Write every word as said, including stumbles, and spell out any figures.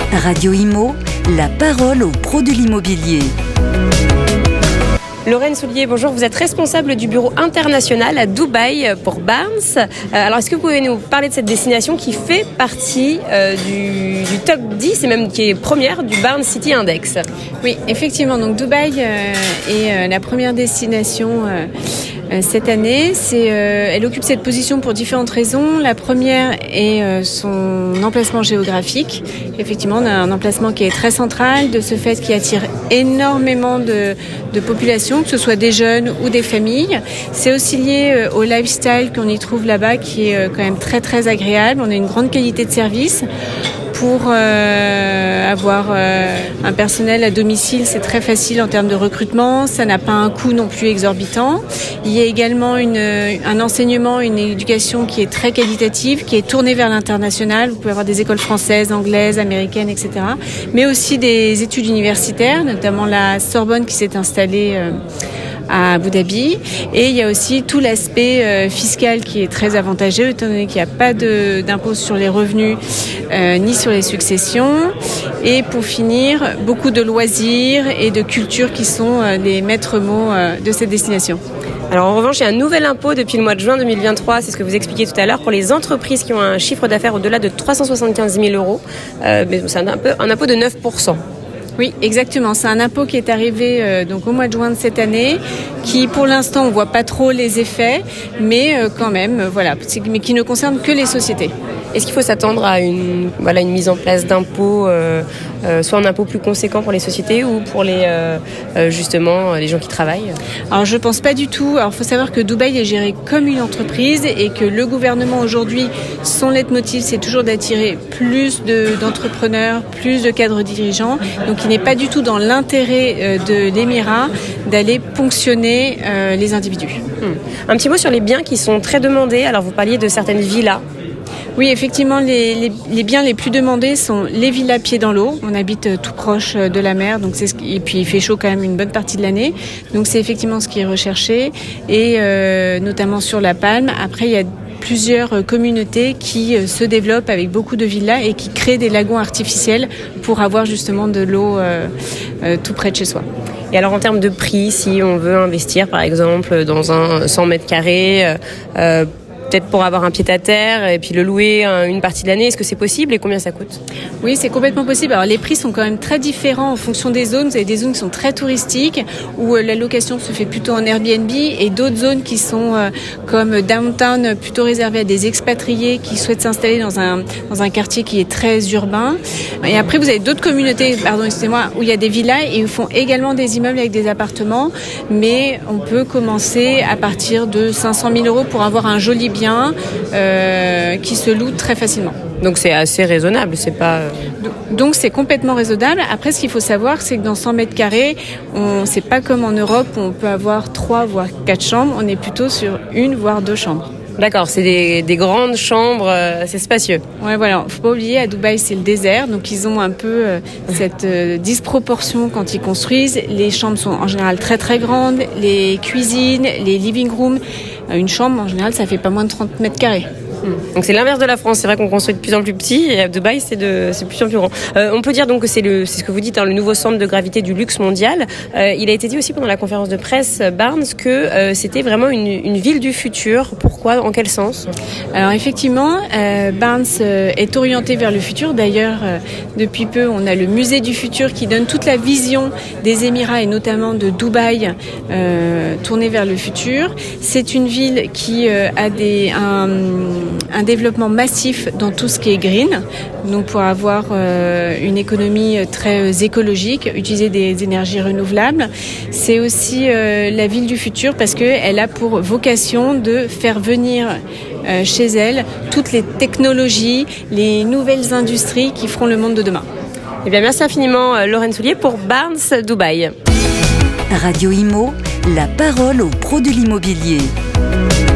Radio Imo, la parole aux pros de l'immobilier. Lorraine Soulier, bonjour. Vous êtes responsable du bureau international à Dubaï pour Barnes. Euh, alors, est-ce que vous pouvez nous parler de cette destination qui fait partie euh, du, du top dix et même qui est première du Barnes City Index? Oui, effectivement. Donc, Dubaï euh, est euh, la première destination euh, euh, cette année. C'est, euh, elle occupe cette position pour différentes raisons. La première est euh, son emplacement géographique. Effectivement, on a un emplacement qui est très central, de ce fait qui attire énormément de, de population, que ce soit des jeunes ou des familles. C'est aussi lié au lifestyle qu'on y trouve là-bas, qui est quand même très très agréable. On a une grande qualité de service. Pour euh, avoir euh, un personnel à domicile, c'est très facile en termes de recrutement. Ça n'a pas un coût non plus exorbitant. Il y a également une, un enseignement, une éducation qui est très qualitative, qui est tournée vers l'international. Vous pouvez avoir des écoles françaises, anglaises, américaines, et cetera. Mais aussi des études universitaires, notamment la Sorbonne qui s'est installée euh, à Abu Dhabi. Et il y a aussi tout l'aspect euh, fiscal qui est très avantageux, étant donné qu'il n'y a pas de, d'impôt sur les revenus euh, ni sur les successions. Et pour finir, beaucoup de loisirs et de culture qui sont euh, les maîtres mots euh, de cette destination. Alors en revanche, il y a un nouvel impôt depuis le mois de juin deux mille vingt-trois, c'est ce que vous expliquiez tout à l'heure, pour les entreprises qui ont un chiffre d'affaires au-delà de trois cent soixante-quinze mille euros. Euh, mais c'est un, un, peu, un impôt de neuf pour cent. Oui, exactement. C'est un impôt qui est arrivé euh, donc au mois de juin de cette année, qui pour l'instant on voit pas trop les effets, mais euh, quand même, euh, voilà, mais qui ne concerne que les sociétés. Est-ce qu'il faut s'attendre à une, voilà, une mise en place d'impôts, euh, euh, soit un impôt plus conséquent pour les sociétés ou pour les, euh, euh, justement, les gens qui travaillent? Alors je pense pas du tout. Alors il faut savoir que Dubaï est géré comme une entreprise et que le gouvernement aujourd'hui, son leitmotiv, c'est toujours d'attirer plus de, d'entrepreneurs, plus de cadres dirigeants. Donc il n'est pas du tout dans l'intérêt de l'Émirat d'aller ponctionner euh, les individus. Hum. Un petit mot sur les biens qui sont très demandés. Alors vous parliez de certaines villas. Oui, effectivement, les, les, les biens les plus demandés sont les villas pieds dans l'eau. On habite tout proche de la mer, donc c'est ce qui, et puis il fait chaud quand même une bonne partie de l'année. Donc c'est effectivement ce qui est recherché, et euh, notamment sur la Palme. Après, il y a plusieurs communautés qui se développent avec beaucoup de villas et qui créent des lagons artificiels pour avoir justement de l'eau euh, euh, tout près de chez soi. Et alors en termes de prix, si on veut investir par exemple dans un cent mètres carrés, euh, peut-être pour avoir un pied-à-terre et puis le louer une partie de l'année, est-ce que c'est possible et combien ça coûte? Oui, c'est complètement possible. Alors les prix sont quand même très différents en fonction des zones. Vous avez des zones qui sont très touristiques où la location se fait plutôt en Airbnb, et d'autres zones qui sont euh, comme downtown, plutôt réservées à des expatriés qui souhaitent s'installer dans un dans un quartier qui est très urbain. Et après vous avez d'autres communautés, pardon, excusez-moi, où il y a des villas et ils font également des immeubles avec des appartements, mais on peut commencer à partir de cinq cent mille euros pour avoir un joli bien bien euh, qui se loue très facilement. Donc c'est assez raisonnable, c'est pas... Donc c'est complètement raisonnable. Après, ce qu'il faut savoir, c'est que dans cent mètres carrés, on, c'est pas comme en Europe où on peut avoir trois voire quatre chambres, on est plutôt sur une voire deux chambres. D'accord, c'est des, des grandes chambres, euh, c'est spacieux. Ouais, voilà. Faut pas oublier, à Dubaï, c'est le désert, donc ils ont un peu euh, cette euh, disproportion quand ils construisent. Les chambres sont en général très très grandes, les cuisines, les living rooms. Une chambre, en général, ça fait pas moins de trente mètres carrés. Donc c'est l'inverse de la France, c'est vrai qu'on construit de plus en plus petit, et à Dubaï c'est de, c'est de plus en plus grand. Euh, on peut dire donc que c'est, le, c'est ce que vous dites, hein, le nouveau centre de gravité du luxe mondial. Euh, il a été dit aussi pendant la conférence de presse Barnes que euh, c'était vraiment une, une ville du futur. Pourquoi? En quel sens? Alors effectivement, euh, Barnes euh, est orienté vers le futur. D'ailleurs, euh, depuis peu, on a le musée du futur qui donne toute la vision des Émirats et notamment de Dubaï euh, tournée vers le futur. C'est une ville qui euh, a des... Un, un développement massif dans tout ce qui est green, donc pour avoir euh, une économie très écologique, utiliser des énergies renouvelables. C'est aussi euh, la ville du futur parce qu'elle a pour vocation de faire venir euh, chez elle toutes les technologies, les nouvelles industries qui feront le monde de demain. Eh bien, merci infiniment Lorraine Soulier pour Barnes Dubaï. Radio Imo, la parole aux pros de l'immobilier.